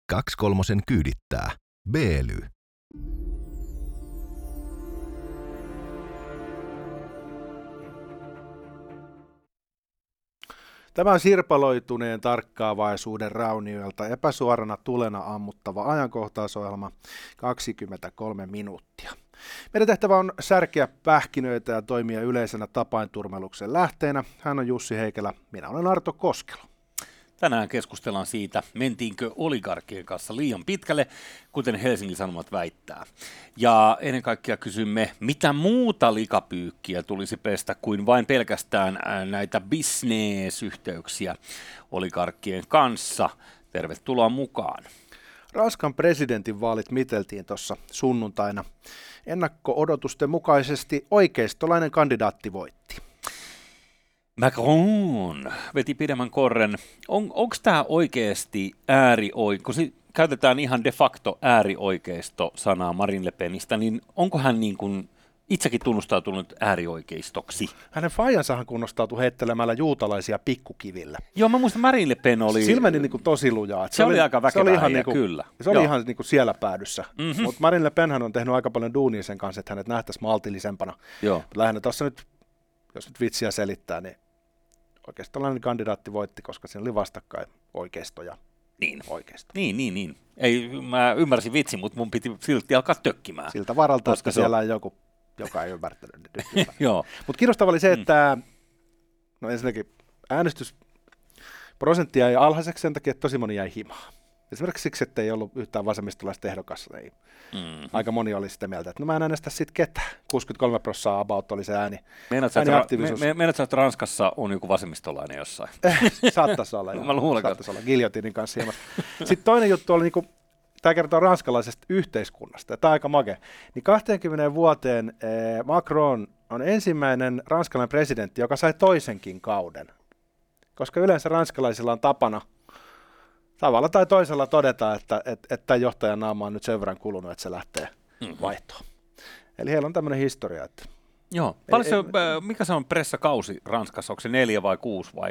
23 kyydittää. Beely. Tämä on sirpaloituneen tarkkaavaisuuden raunioilta epäsuorana tulena ammuttava ajankohtaisohjelma 23 minuuttia. Meidän tehtävä on särkeä pähkinöitä ja toimia yleisenä tapainturmeluksen lähteenä. Hän on Jussi Heikelä, minä olen Arto Koskelo. Tänään keskustellaan siitä, mentiinkö oligarkkien kanssa liian pitkälle, kuten Helsingin Sanomat väittää. Ja ennen kaikkea kysymme, mitä muuta likapyykkiä tulisi pestä kuin vain pelkästään näitä business-yhteyksiä oligarkkien kanssa. Tervetuloa mukaan. Ranskan presidentinvaalit miteltiin tuossa sunnuntaina. Ennakko-odotusten mukaisesti oikeistolainen kandidaatti voitti. Macron veti pidemmän korren. Onko tämä oikeasti käytetään ihan de facto äärioikeisto-sanaa Marine Le Penistä, niin onko hän niin kuin itsekin tunnustautunut äärioikeistoksi? Hänen faijansahan kunnostautui heittelemällä juutalaisia pikkukivillä. Joo, mä muistan Marine Le Pen oli... Sillä meni niin kuin tosi lujaa. Se oli aika väkevä ihan niin kuin, kyllä. Se oli ihan niin kuin siellä päädyssä. Mm-hmm. Mutta Marine Le Penhän on tehnyt aika paljon duunia sen kanssa, että hänet nähtäisiin maltillisempana. Joo. Lähinnä tuossa nyt, jos nyt vitsiä selittää, niin oikeistolainen kandidaatti voitti, koska siinä oli vastakkain oikeisto ja oikeisto. Niin. Ei, mä ymmärsin vitsi, mutta mun piti silti alkaa tökkimään. Siltä varalta, koska siellä on joku, joka ei ymmärtänyt. Joo. Mutta kiinnostavaa oli se, että ensinnäkin äänestysprosenttia ei alhaiseksi sen takia, että tosi moni jäi himaan. Esimerkiksi siksi, että ei ollut yhtään vasemmistolaista ehdokasta. Niin aika moni oli sitä mieltä, että mä en äänestä sitten ketään. 63% about oli se ääniaktiivisuus. Meinaatko, että Ranskassa on joku vasemmistolainen jossain? Saattaisi olla. Mä luulen, saattaisi olla Guillotinin kanssa hieman. Sitten toinen juttu oli, tämä kertoo ranskalaisesta yhteiskunnasta, ja tämä on aika makea. Niin 20 vuoteen Macron on ensimmäinen ranskalainen presidentti, joka sai toisenkin kauden. Koska yleensä ranskalaisilla on tapana tavalla tai toisella todeta, että johtajan naama on nyt sen verran kulunut, että se lähtee vaihtoon. Eli heillä on tämmöinen historia. Että joo. Mikä se on pressakausi Ranskassa? Onko se 4 vai 6 vai?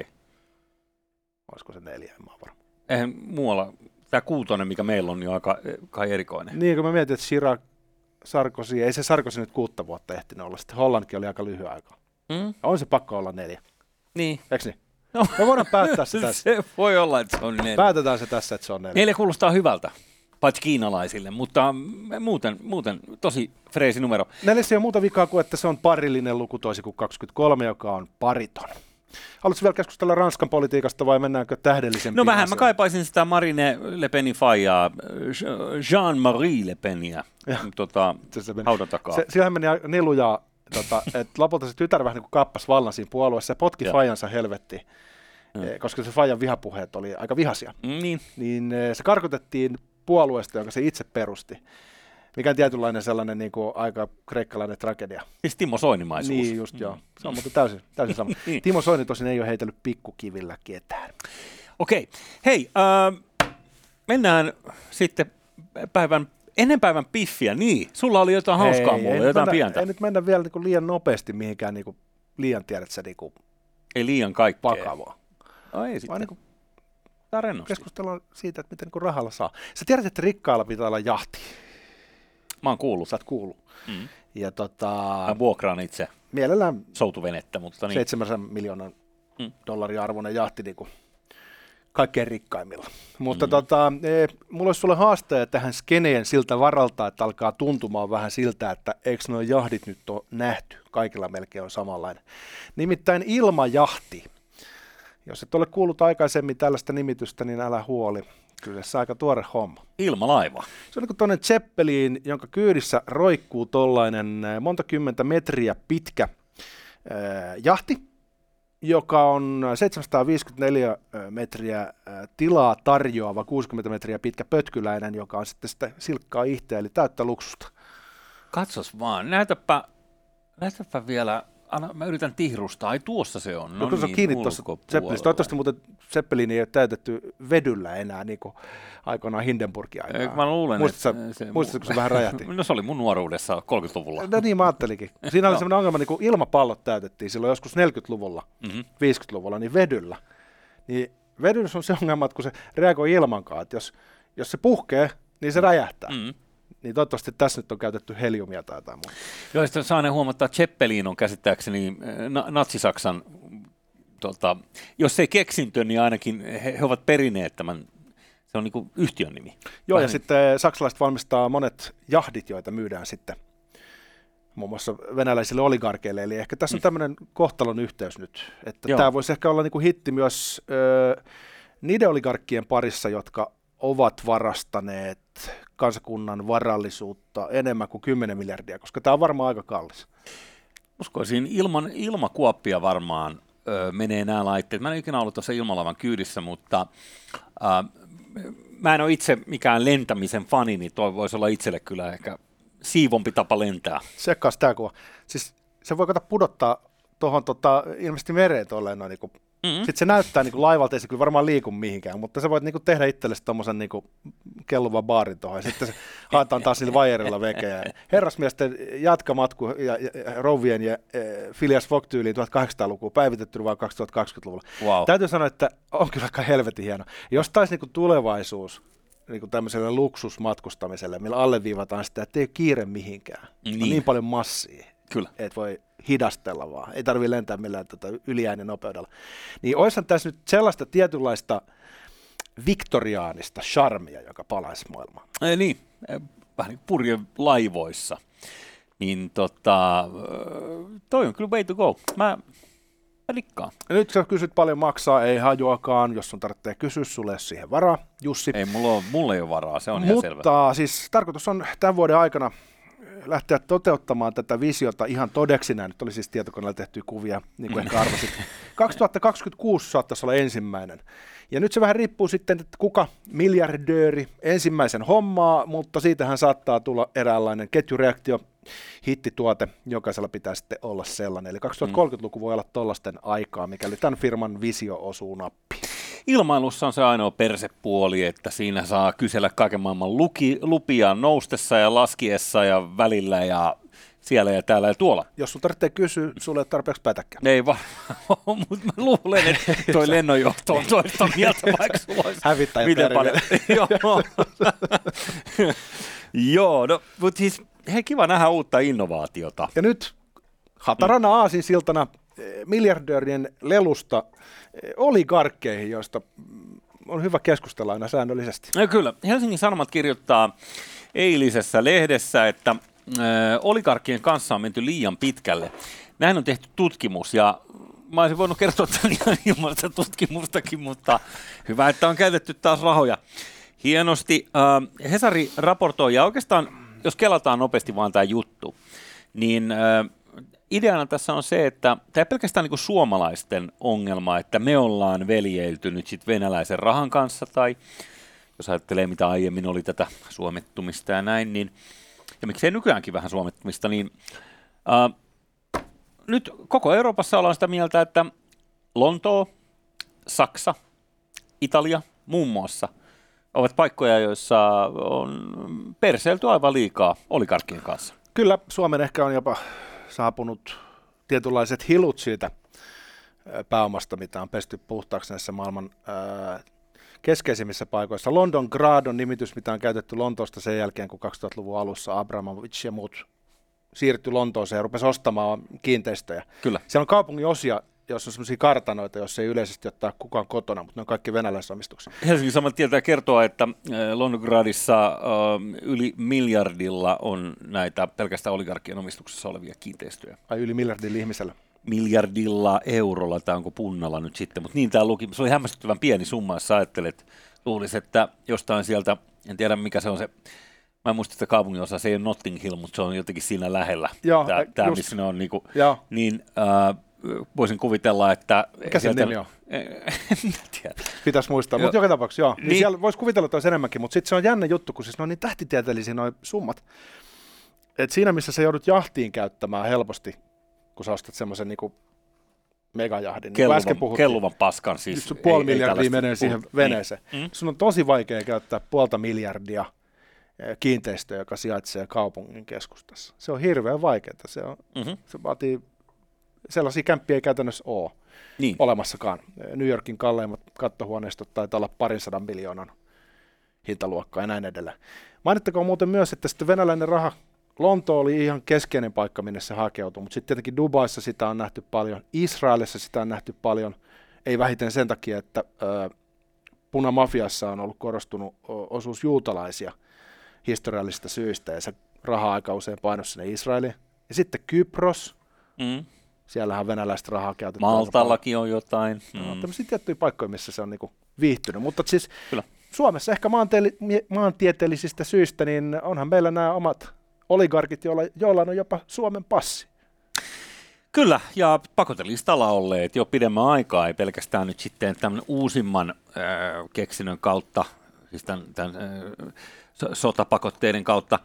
Olisiko se 4, en mä ole varma. Eihän muualla. Tämä 6, mikä meillä on, niin aika erikoinen. Niin, kun mä mietin, että Chirac, Sarkozy, ei se Sarkozy nyt 6 vuotta ehtinyt olla. Sitten Hollannikin oli aika lyhyen aikaa. On se pakko olla 4. Niin. Eikö niin? No. Me voidaan päättää se tässä. Se voi olla, että se on 4. Päätetään se tässä, että se on 4. 4 kuulostaa hyvältä, paitsi kiinalaisille, mutta muuten tosi freesi numero. 4 ei ole muuta vikaa kuin, että se on parillinen luku toisin kuin 23, joka on pariton. Haluatko vielä keskustella Ranskan politiikasta vai mennäänkö tähdellisempiin? No vähän, mä kaipaisin sitä Marine Le Penin faijaa, Jean-Marie Le Peniä, haudan takaa. Sillähän meni nelujaa, että lopulta se tytär vähän niin kuin kappas vallan siinä puolueessa ja potki faijansa helvettiin, koska se faijan vihapuheet oli aika vihaisia. Niin se karkotettiin puolueesta, jonka se itse perusti. Mikä on tietynlainen sellainen niin kuin aika kreikkalainen tragedia. Siis Timo Soinimaisuus. Niin just joo. Se on mutta täysin sama. Timo Soini tosin ei ole heitellyt pikkukivillä ketään. Okei. Hei, mennään sitten ennen päivän piffiä. Niin, sulla oli jotain hauskaa mulle, jotain pientä. Ei nyt mennä vielä niin kuin liian nopeasti mihinkään niin kuin liian tiedät sä niin kuin ei liian kaikkea. Vakavaa. No ei sitten. Niin kuin keskustellaan siitä, että miten niin kuin rahalla saa. Sä tiedät, että rikkailla pitää olla jahti. Mä oon kuullut. Sä oot kuullut. Ja mä vuokraan itse mielellään soutuvenettä, mutta niin. 7 miljoonan dollarin arvoinen jahti niin kuin kaikkein rikkaimmilla. Mutta mulla olisi sulle haastaja tähän skeneen siltä varalta, että alkaa tuntumaan vähän siltä, että eikö nuo jahdit nyt ole nähty. Kaikilla melkein on samanlainen. Nimittäin ilmajahti. Jos et ole kuullut aikaisemmin tällaista nimitystä, niin älä huoli. Kyllä se on aika tuore homma. Ilmalaiva. Se on niin kuin tuollainen Zeppelin, jonka kyydissä roikkuu tollainen monta kymmentä metriä pitkä jahti, joka on 754 metriä tilaa tarjoava 60 metriä pitkä pötkyläinen, joka on sitten sitä silkkaa ihteä, eli täyttä luksusta. Katsos vaan, näytäpä vielä. Mä yritän tihrustaa. Ai tuossa se on. No kun se on kiinni tuossa Zeppelistä. Toivottavasti muuten Zeppelin ei ole täytetty vedyllä enää, niin kuin aikoinaan Hindenburgin aikaa. Mä luulen, muistatko se vähän räjähti? No se oli mun nuoruudessa 30-luvulla. No niin, mä ajattelinkin. Siinä oli sellainen ongelma, niin kuin ilmapallot täytettiin silloin joskus 40-luvulla, 50-luvulla, niin vedyllä. Niin vedyllä on se ongelma, että kun se reagoi ilmankaan, että jos se puhkee, niin se räjähtää. Mm. Niin toivottavasti tässä nyt on käytetty heliumia tai jotain muuta. Joo, sitten saanen huomata, että Zeppelin on käsittääkseni Natsi-Saksan, jos ei keksintö, niin ainakin he ovat perineet tämän, se on niin kuin yhtiön nimi. Joo, ja sitten saksalaiset valmistaa monet jahdit, joita myydään sitten muun muassa venäläisille oligarkeille. Eli ehkä tässä on tämmöinen kohtalon yhteys nyt, että tämä voisi ehkä olla niin kuin hitti myös niiden oligarkkien parissa, jotka ovat varastaneet kansakunnan varallisuutta enemmän kuin 10 miljardia, koska tämä on varmaan aika kallis. Uskoisin, ilmakuoppia varmaan menee nämä laitteet. Mä en ikinä ollut tuossa ilmalavan kyydissä, mutta mä en ole itse mikään lentämisen fani, niin toi voisi olla itselle kyllä ehkä siivompi tapa lentää. Sekkaas tämä kuva. Siis se voi pudottaa tuohon ilmeisesti mereen tolleen noin niinku. Sitten se näyttää niinku laivalta, ei se kyllä varmaan liiku mihinkään, mutta sä voit niinku tehdä itsellesi tommosen niinku kelluvan baarin tuohon, ja sitten se haetaan taas niillä vajerilla vekeä. Herrasmiesten jatkamatku ja rouvien ja Phileas Fogg-tyyliin 1800-lukua päivitetty vaan 2020-luvulla. Wow. Täytyy sanoa, että on kyllä aika helvetin hieno. Jos taisi niinku tulevaisuus niinku tämmöiselle luksusmatkustamiselle, millä alleviivataan sitä, että ei ole kiire mihinkään. On niin paljon massia. Kyllä. Et voi hidastella vaan, ei tarvitse lentää millään yliäänen nopeudella. Niin olisihan tässä nyt sellaista tietynlaista viktoriaanista charmia, joka palaisi maailmaan. Niin, vähän niin purjelaivoissa. Niin toi on kyllä way to go. Mä dikkaan. Nyt sä kysyt paljon maksaa, ei hajuakaan, jos sun tarvitsee kysyä, sulle ei siihen varaa, Jussi. Ei, mulla ei ole varaa, se on ihan selvä. Mutta siis tarkoitus on tämän vuoden aikana lähteä toteuttamaan tätä visiota ihan todeksi. Nämä nyt oli siis tietokoneella tehtyjä kuvia, niin kuin ehkä arvasit. 2026 saattaisi olla ensimmäinen. Ja nyt se vähän riippuu sitten, että kuka miljardööri ensimmäisen hommaa, mutta siitähän saattaa tulla eräänlainen ketjureaktio, hittituote, jokaisella pitää sitten olla sellainen. Eli 2030-luku voi olla tollaisten aikaa, mikäli tämän firman visio osuu nappiin. Ilmailussa on se ainoa persepuoli, että siinä saa kysellä kaiken maailman lupia noustessa ja laskiessa ja välillä ja siellä ja täällä ja tuolla. Jos sun tarvitsee kysyä, sulle ei ole tarpeeksi pätäkkää. Ei vaan, mutta mä luulen, että toi lennonjohto on toista mieltä, vaikka sulla olisi miten paljon. Joo, no, mutta siis hei, kiva nähdä uutta innovaatiota. Ja nyt hatarana aasinsiltana miljardöörien lelusta oligarkkeihin, joista on hyvä keskustella aina säännöllisesti. No kyllä, Helsingin Sanomat kirjoittaa eilisessä lehdessä, että oligarkkien kanssa on menty liian pitkälle. Näin on tehty tutkimus ja mä olisin voinut kertoa tämän ihan ilman sitä tutkimustakin, mutta hyvä, että on käytetty taas rahoja. Hienosti. Hesari raportoi ja oikeastaan, jos kelataan nopeasti vaan tämä juttu, niin ideana tässä on se, että tämä ei pelkästään niin kuin suomalaisten ongelma, että me ollaan veljeilty nyt sit venäläisen rahan kanssa, tai jos ajattelee mitä aiemmin oli tätä suomettumista ja näin, niin, ja miksei nykyäänkin vähän suomettumista, niin nyt koko Euroopassa ollaan sitä mieltä, että Lontoo, Saksa, Italia muun muassa ovat paikkoja, joissa on perseilty aivan liikaa oligarkkien kanssa. Kyllä, Suomen ehkä on jopa saapunut tietynlaiset hilut siitä pääomasta, mitä on pesty puhtaaksi näissä maailman keskeisimmissä paikoissa. London Grad on nimitys, mitä on käytetty Lontoosta sen jälkeen, kun 2000-luvun alussa Abramovich ja muut siirtyi Lontooseen ja rupesi ostamaan kiinteistöjä. Kyllä. Siellä on kaupungin osia, jos on sellaisia kartanoita, jos ei yleisesti ottaa kukaan kotona, mutta ne on kaikki venäläisomistuksia. Helsingin Sanomat tietää kertoa, että Londongradissa yli miljardilla on näitä pelkästään oligarkkien omistuksessa olevia kiinteistöjä. Ai yli miljardilla ihmisellä? Miljardilla eurolla, tai onko punnalla nyt sitten, mutta niin tämä luki, se oli hämmästyttävän pieni summa, jos sä ajattelet, luulisi, että jostain sieltä, en tiedä mikä se on se, mä en muista sitä kaupungin osa, se ei ole Notting Hill, mutta se on jotenkin siinä lähellä, tämä missä ne on niinku, niin voisin kuvitella, että mikä sen nimi on? En tiedä. Pitäisi muistaa, mutta joka tapauksessa joo. Niin siellä voisi kuvitella, että olisi enemmänkin, mutta sitten se on jännä juttu, kun siis ne on niin tähtitieteellisiä nuo summat. Et siinä, missä sä joudut jahtiin käyttämään helposti, kun sä ostat semmoisen niinku megajahdin. Kelluvan paskan siis. 500 miljardia menee siihen veneeseen. Sun on tosi vaikea käyttää 500 miljardia kiinteistöä, joka sijaitsee kaupungin keskustassa. Se on hirveän vaikeaa. Se vaatii, sellaisia kämppiä ei käytännössä ole olemassakaan. New Yorkin kalleimmat kattohuoneistot taitaa olla 200 miljoonan hintaluokkaa ja näin edelleen. Mainittakoon muuten myös, että sitten venäläinen raha, Lonto oli ihan keskeinen paikka, minne se hakeutui, mutta sitten tietenkin Dubaissa sitä on nähty paljon, Israelissa sitä on nähty paljon, ei vähiten sen takia, että punamafiassa on ollut korostunut osuus juutalaisia historiallisista syistä, ja se raha aika usein painoi sinne Israeliin. Ja sitten Kypros, siellähän venäläistä rahaa käytetään. Maltallakin on jotain. Tämmöisiä tiettyjä paikkoja, missä se on niinku viihtynyt, mutta siis Kyllä. Suomessa ehkä maantieteellisistä syistä, niin onhan meillä nämä omat oligarkit, joilla on jopa Suomen passi. Kyllä, ja pakotelistalla olleet jo pidemmän aikaa, ei pelkästään nyt sitten tämän uusimman keksinnön kautta, siis tämän sotapakotteiden kautta.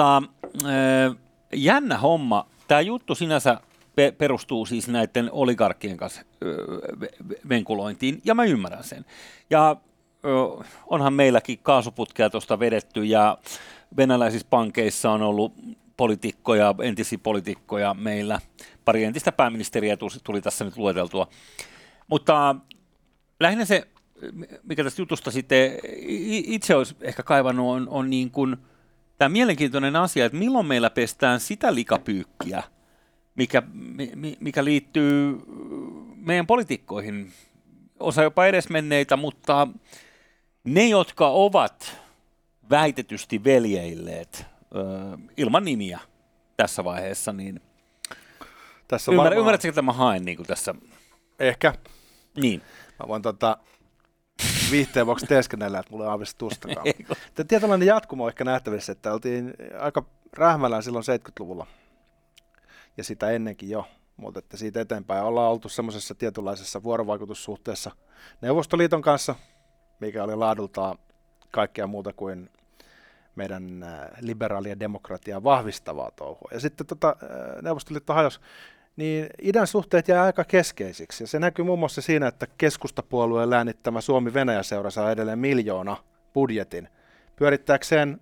Jännä homma, tämä juttu sinänsä perustuu siis näiden oligarkkien kanssa venkulointiin, ja mä ymmärrän sen. Ja onhan meilläkin kaasuputkea tuosta vedetty, ja venäläisissä pankeissa on ollut poliitikkoja, entisiä poliitikkoja meillä. Pari entistä pääministeriä tuli tässä nyt lueteltua. Mutta lähinnä se, mikä tästä jutusta sitten itse olisi ehkä kaivannut, on niin kuin tämä mielenkiintoinen asia, että milloin meillä pestään sitä likapyykkiä, mikä liittyy meidän poliitikkoihin. Osa jopa edesmenneitä, mutta ne, jotka ovat väitetysti veljeilleet ilman nimiä tässä vaiheessa, niin Tässä ymmärrätkö, että mä haen niin kuin tässä? Ehkä. Niin. Mä voin viihteen vuoksi teeskennellä, että mulla ei aavista tustakaan. Tietynlainen jatkumo on ehkä nähtävissä, että oltiin aika rähmällään silloin 70-luvulla ja sitä ennenkin jo, mutta että siitä eteenpäin ollaan oltu semmoisessa tietynlaisessa vuorovaikutussuhteessa Neuvostoliiton kanssa, mikä oli laadultaan kaikkea muuta kuin meidän liberaalia demokratiaa vahvistavaa touhua. Ja sitten Neuvostoliitto hajosi, niin idän suhteet jää aika keskeisiksi. Ja se näkyy muun muassa siinä, että keskustapuolueen läänittämä Suomi-Venäjä-seura saa edelleen 1 miljoona budjetin pyörittääkseen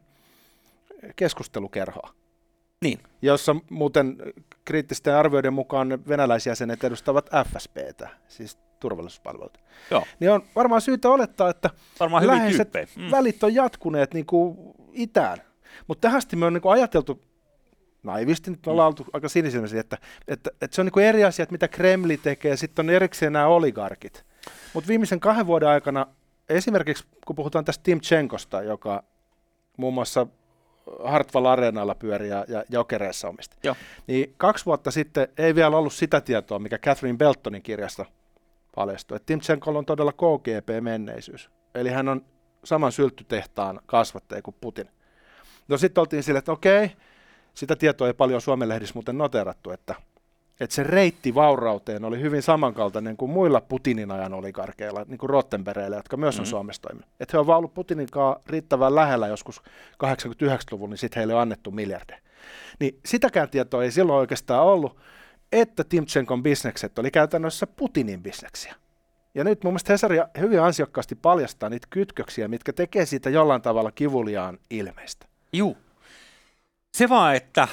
keskustelukerhoa. Niin. Jossa muuten kriittisten arvioiden mukaan venäläisjäsenet edustavat FSBtä, siis turvallisuuspalveluita. Joo. Niin on varmaan syytä olettaa, että läheiset välit on jatkuneet niin kuin itään. Mutta tähän asti me on niin kuin ajateltu, naivisti nyt ollaan oltu aika sinisilmäisiä, että se on niin kuin eri asia, että mitä Kremli tekee, ja sitten on erikseen nämä oligarkit. Mutta viimeisen 2 vuoden aikana, esimerkiksi kun puhutaan tästä Timchenkosta, joka muun muassa Hartwall Areenalla pyörii ja Jokereissa omisti, niin 2 vuotta sitten ei vielä ollut sitä tietoa, mikä Catherine Beltonin kirjasta paljastui, että Timchenkolla on todella KGB-menneisyys. Eli hän on saman sylttytehtaan kasvattaja kuin Putin. No sitten oltiin sille, että okei, sitä tietoa ei paljon Suomen lehdissä muuten noterattu, että se reitti vaurauteen oli hyvin samankaltainen kuin muilla Putinin ajan oligarkeilla, niin kuin Rottenbergeillä, jotka myös on Suomessa toiminut. Että he on vaan ollut Putinin kanssa riittävän lähellä joskus 89-luvulla, niin sitten heille on annettu miljardeja. Niin sitäkään tietoa ei silloin oikeastaan ollut, että Timchenkon bisnekset oli käytännössä Putinin bisneksiä. Ja nyt mun mielestä Hesari hyvin ansiokkaasti paljastaa niitä kytköksiä, mitkä tekee siitä jollain tavalla kivuliaan ilmeistä. Juu. Se vaan, että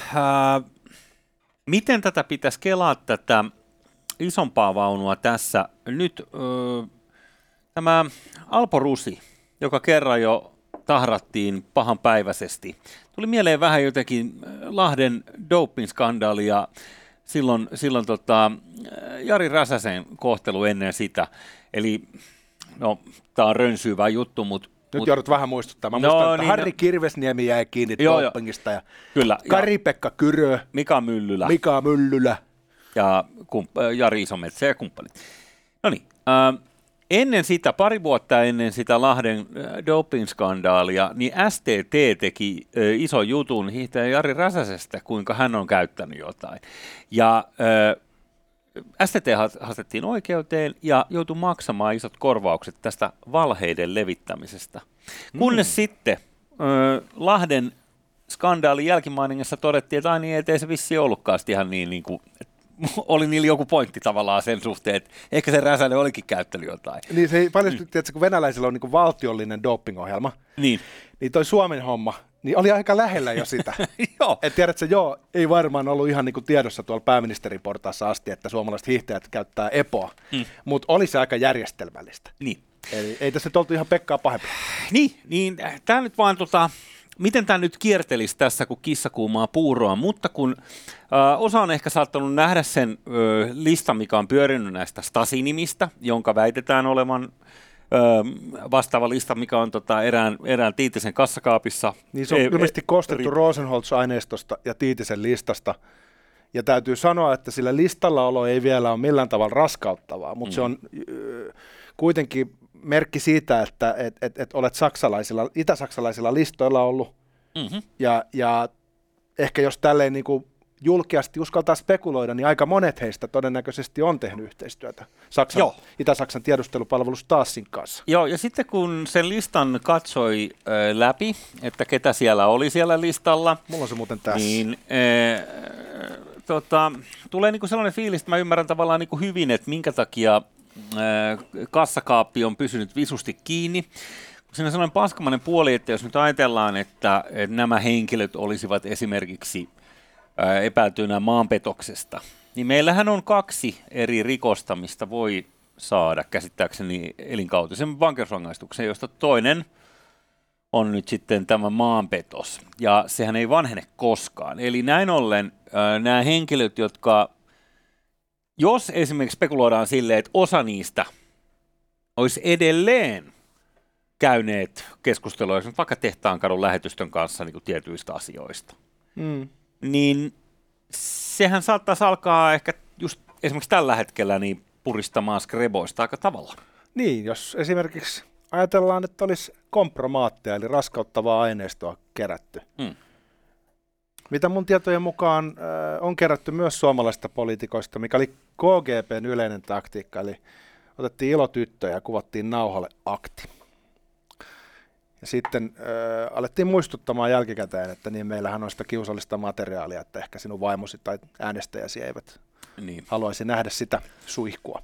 miten tätä pitäisi kelaa tätä isompaa vaunua tässä. Nyt tämä Alpo Rusi, joka kerran jo tahrattiin pahanpäiväisesti. Tuli mieleen vähän jotenkin Lahden doping-skandaali ja silloin Jari Räsäsen kohtelu ennen sitä. Eli no, tämä on rönsyivä juttu, mutta nyt joudut vähän muistuttamaan. Mä muistan, että Harri Kirvesniemi jäi kiinni dopingista ja kyllä, Kari-Pekka Kyrö, Mika Myllylä ja Jari Isometsä ja kumppanit. No niin, ennen sitä, 2 vuotta ennen sitä Lahden doping-skandaalia, niin STT teki ison jutun hiihtäjä Jari Räsäsestä, kuinka hän on käyttänyt jotain. Ja STT haastettiin oikeuteen ja joutui maksamaan isot korvaukset tästä valheiden levittämisestä. Kunnes sitten Lahden skandaalin jälkimainingassa todettiin, että ei se vissiin ollutkaan ihan niin kuin, oli niillä joku pointti tavallaan sen suhteen, että ehkä se Räsänen olikin käyttänyt jotain. Niin se paljastui, että kun venäläisillä on niin kuin valtiollinen doping-ohjelma, niin toi Suomen homma, niin oli aika lähellä jo sitä. Että tiedätkö, ei varmaan ollut ihan niin kuin tiedossa tuolla pääministerin portaassa asti, että suomalaiset hiihtäjät käyttää EPOa, mutta oli se aika järjestelmällistä. Niin. Eli ei tässä nyt oltu ihan Pekkaa pahempi. Niin tämä nyt vaan miten tämä nyt kiertelisi tässä, kun kissa kuumaa puuroa, mutta kun osa on ehkä saattanut nähdä sen listan, mikä on pyörinyt näistä Stasi-nimistä, jonka väitetään olevan vastaava lista, mikä on erään Tiitisen kassakaapissa. Niin se on ilmeisesti kostettu Rosenholz-aineistosta ja Tiitisen listasta. Ja täytyy sanoa, että sillä listalla olo ei vielä ole millään tavalla raskauttavaa, mutta se on kuitenkin merkki siitä, että olet itä-saksalaisilla listoilla ollut. Ja ehkä jos tälleen niin kuin julkeasti uskaltaa spekuloida, niin aika monet heistä todennäköisesti on tehnyt yhteistyötä Itä-Saksan tiedustelupalvelu Stasin kanssa. Joo, ja sitten kun sen listan katsoi läpi, että ketä siellä oli siellä listalla, mulla on se muuten tässä. Niin tulee niinku sellainen fiilis, että mä ymmärrän tavallaan niinku hyvin, että minkä takia kassakaappi on pysynyt visusti kiinni. Siinä on sellainen paskamainen puoli, että jos nyt ajatellaan, että nämä henkilöt olisivat esimerkiksi epäiltyinä maanpetoksesta, niin meillähän on 2 eri rikosta, mistä voi saada käsittääkseni elinkautisen vankeusrangaistuksen, josta toinen on nyt sitten tämä maanpetos, ja sehän ei vanhene koskaan. Eli näin ollen nämä henkilöt, jotka, jos esimerkiksi spekuloidaan silleen, että osa niistä olisi edelleen käyneet keskustelua vaikka Tehtaankadun lähetystön kanssa niin kuin tietyistä asioista, niin sehän saattaisi alkaa ehkä just esimerkiksi tällä hetkellä niin puristamaan skreboista aika tavalla. Niin, jos esimerkiksi ajatellaan, että olisi kompromaattia, eli raskauttavaa aineistoa kerätty. Mitä mun tietojen mukaan on kerätty myös suomalaisista poliitikoista, mikä oli KGB:n yleinen taktiikka, eli otettiin ilotyttöjä ja kuvattiin nauhalle akti. Ja sitten alettiin muistuttamaan jälkikäteen, että niin meillähän on sitä kiusallista materiaalia, että ehkä sinun vaimosi tai äänestäjäsi eivät haluaisi nähdä sitä suihkua.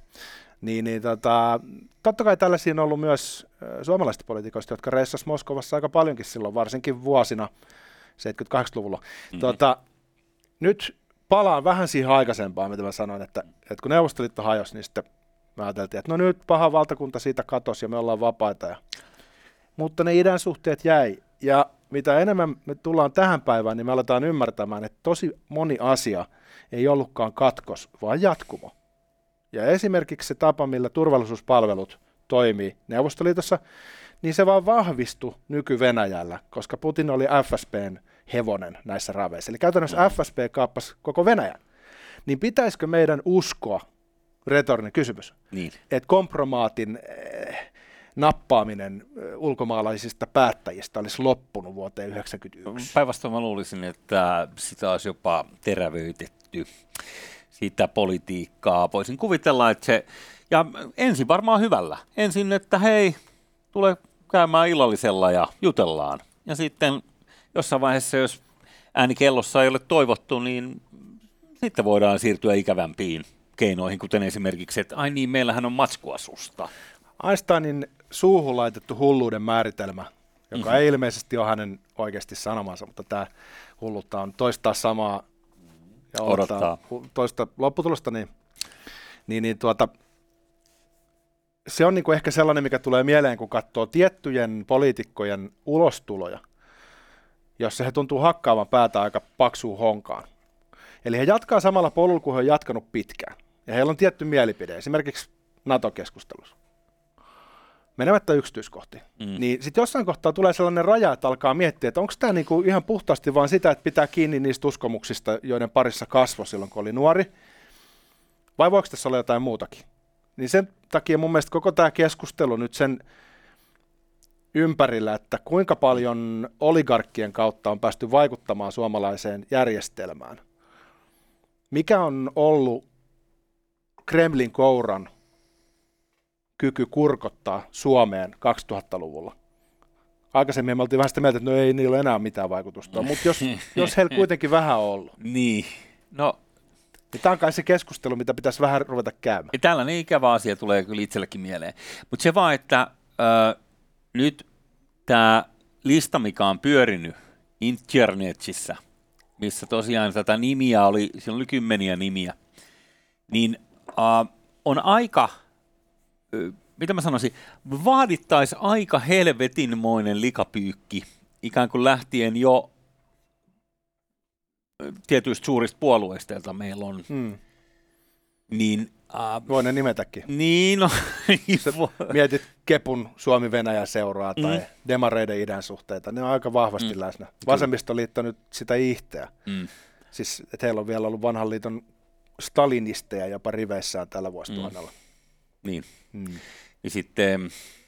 Totta kai tällaisia on ollut myös suomalaisista poliitikoista, jotka reissasivat Moskovassa aika paljonkin silloin, varsinkin vuosina 78-luvulla. Nyt palaan vähän siihen aikaisempaan, mitä mä sanoin, että kun Neuvostoliitto hajosi, niin sitten me ajateltiin, että no nyt paha valtakunta siitä katosi ja me ollaan vapaita. Mutta ne idän suhteet jäi. Ja mitä enemmän me tullaan tähän päivään, niin me aletaan ymmärtämään, että tosi moni asia ei ollutkaan katkos, vaan jatkumo. Ja esimerkiksi se tapa, millä turvallisuuspalvelut toimii Neuvostoliitossa, niin se vaan vahvistui nyky-Venäjällä, koska Putin oli FSB:n hevonen näissä raveissa. Eli käytännössä FSB kaappasi koko Venäjän. Niin pitäisikö meidän uskoa, retorinen kysymys, että kompromaatin nappaaminen ulkomaalaisista päättäjistä olisi loppunut vuoteen 1991? Päinvastoin mä luulisin, että sitä olisi jopa terävöitetty, sitä politiikkaa. Voisin kuvitella, että se, ja ensin varmaan hyvällä. Ensin, että hei, tule käymään illallisella ja jutellaan. Ja sitten jossain vaiheessa, jos ääni kellossa ei ole toivottu, niin sitten voidaan siirtyä ikävämpiin keinoihin, kuten esimerkiksi, että ai niin, meillähän on matskua susta. Einsteinin suuhun laitettu hulluuden määritelmä, joka ei ilmeisesti ole hänen oikeasti sanomansa, mutta tämä hullutta on toistaa samaa ja odottaa toista lopputulosta, se on niinku ehkä sellainen, mikä tulee mieleen, kun katsoo tiettyjen poliitikkojen ulostuloja, jossa he tuntuu hakkaavan päätä aika paksuun honkaan. Eli he jatkaa samalla polulla, kuin he on jatkanut pitkään. Ja heillä on tietty mielipide, esimerkiksi NATO-keskustelussa. Menemättä yksityiskohtiin. Niin sitten jossain kohtaa tulee sellainen raja, että alkaa miettiä, että onko tämä niinku ihan puhtaasti vaan sitä, että pitää kiinni niistä uskomuksista, joiden parissa kasvoi silloin, kun oli nuori, vai voiko tässä olla jotain muutakin? Niin sen takia mun mielestä koko tämä keskustelu nyt sen ympärillä, että kuinka paljon oligarkkien kautta on päästy vaikuttamaan suomalaiseen järjestelmään. Mikä on ollut Kremlin kouran kyky kurkottaa Suomeen 2000-luvulla? Aikaisemmin me oltiin vähän sitä mieltä, että no ei niillä ole enää mitään vaikutusta, mutta jos heillä kuitenkin vähän on ollut. Niin, no. Tämä on kai se keskustelu, mitä pitäisi vähän ruveta käymään. Tällainen ikävä asia tulee kyllä itsellekin mieleen. Mutta se vaan, että nyt tämä lista, mikä on pyörinyt internetissä, missä tosiaan tätä nimiä oli, siinä oli 10 nimiä, niin on aika mitä mä sanoisin, vaadittaisi aika helvetinmoinen likapyykki, ikään kuin lähtien jo tietyistä suurista puolueista, joita meillä on. Niin, voi ne nimetäkin. Niin, no. Mietit Kepun Suomi-Venäjä seuraa tai demareiden idän suhteita, ne on aika vahvasti läsnä. Vasemmistoliitto nyt sitä ihteä. Siis, että heillä on vielä ollut vanhan liiton stalinisteja jopa riveissään tällä vuosituhannella. Niin. Ja sitten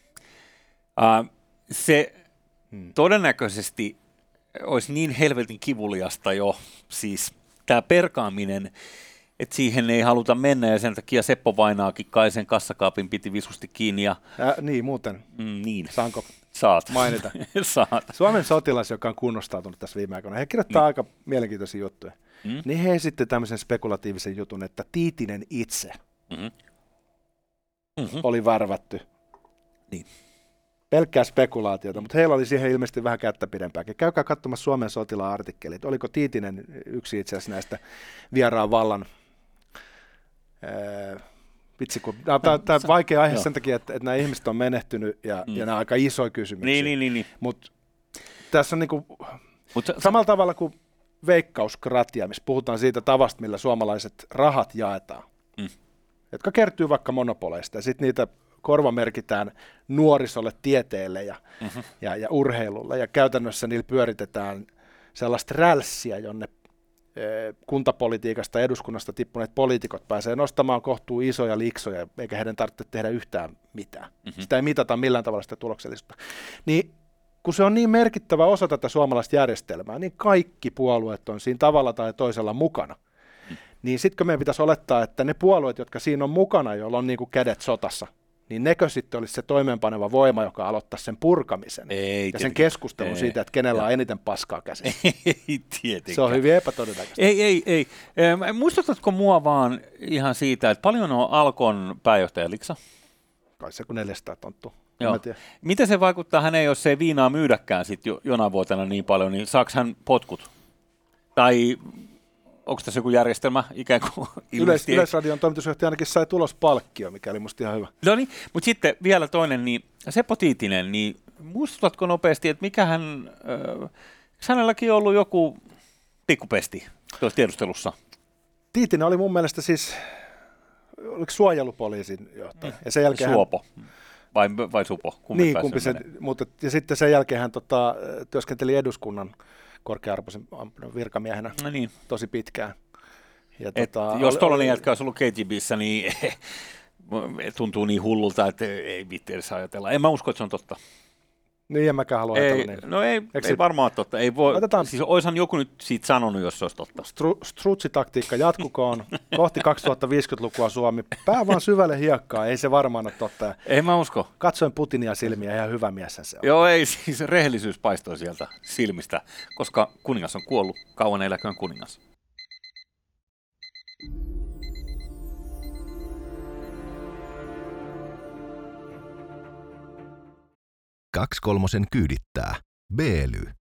se todennäköisesti olisi niin helvetin kivuliasta jo, siis tämä perkaaminen, että siihen ei haluta mennä, ja sen takia Seppo Vainaakin kai sen kassakaapin piti visusti kiinni. Niin, muuten. Niin. Saanko Saat. mainita? Saat. Suomen sotilas, joka on kunnostautunut tässä viime aikoina, he kirjoittaa aika mielenkiintoisia juttuja. Niin he esitti tämmöisen spekulatiivisen jutun, että Tiitinen itse oli värvätty. Niin. Pelkkää spekulaatiota, mutta heillä oli siihen ilmeisesti vähän kättä pidempääkin. Käykää katsomassa Suomen sotilaan artikkelit. Oliko Tiitinen yksi itse asiassa näistä vieraan vallan? Tämä on vaikea aihe sen takia, että nämä ihmiset on menehtynyt ja nämä on aika isoja kysymyksiä. Niin. Mutta tässä on samalla tavalla kuin veikkauskratia, missä puhutaan siitä tavasta, millä suomalaiset rahat jaetaan, jotka kertyy vaikka monopoleista, ja sitten niitä korvamerkitään nuorisolle, tieteelle ja urheilulle, ja käytännössä niillä pyöritetään sellaista rälssiä, jonne kuntapolitiikasta ja eduskunnasta tippuneet poliitikot pääsee nostamaan kohtuu isoja liksoja, eikä heidän tarvitse tehdä yhtään mitään. Sitä ei mitata millään tavalla sitä tuloksellisuutta. Niin kun se on niin merkittävä osa tätä suomalaista järjestelmää, niin kaikki puolueet on siinä tavalla tai toisella mukana. Niin sitten meidän pitäisi olettaa, että ne puolueet, jotka siinä on mukana, joilla on niin kuin kädet sotassa, niin nekö sitten olisi se toimeenpaneva voima, joka aloittaisi sen purkamisen ja sen keskustelun siitä, että kenellä on eniten paskaa käsissä. Ei tietenkään. Se on hyvin epätodennäköistä. Ei. Muistutatko mua vaan ihan siitä, että paljon on Alkon pääjohtaja Liksa? Kai se kun 400 tonttua. Miten se vaikuttaa häneen, jos ei viinaa myydäkään sit jonain vuotena niin paljon, niin saako hän potkut? Tai onko tässä joku järjestelmä ikään kuin Yleisradion toimitusjohtaja ainakin sai tulospalkkio, mikä oli musta ihan hyvä. No niin, mutta sitten vielä toinen, niin Seppo Tiitinen, niin muistutatko nopeasti, että mikähän, hänelläkin on ollut joku pikkupesti tuossa tiedustelussa? Tiitinen oli mun mielestä siis, oliko suojelupoliisin johtaja? Ja sen jälkeen Suopo. Vai Supo? Kumpi se, mutta ja sitten sen jälkeen hän työskenteli eduskunnan korkea-arvoisen virkamiehenä tosi pitkään. Ja jos tuollainen jätkä olisi ollut KGB:ssä, niin tuntuu niin hullulta, että ei viitti edes ajatella. En mä usko, että se on totta. Niin, en mäkään halua ajatella niin. No ei varmaan totta. Ei voi, siis oishan joku nyt siitä sanonut, jos se olisi totta. Strutsitaktiikka jatkukoon kohti 2050-lukua Suomi. Pää vaan syvälle hiekkaa, ei se varmaan ole totta. Ei mä usko. Katsoin Putinia silmiä, ihan hyvä mies se on. Joo, ei, siis rehellisyys paistoi sieltä silmistä, koska kuningas on kuollut. Kauan eläköön kuningas. Kaksi kolmosen kyydittää. Beely.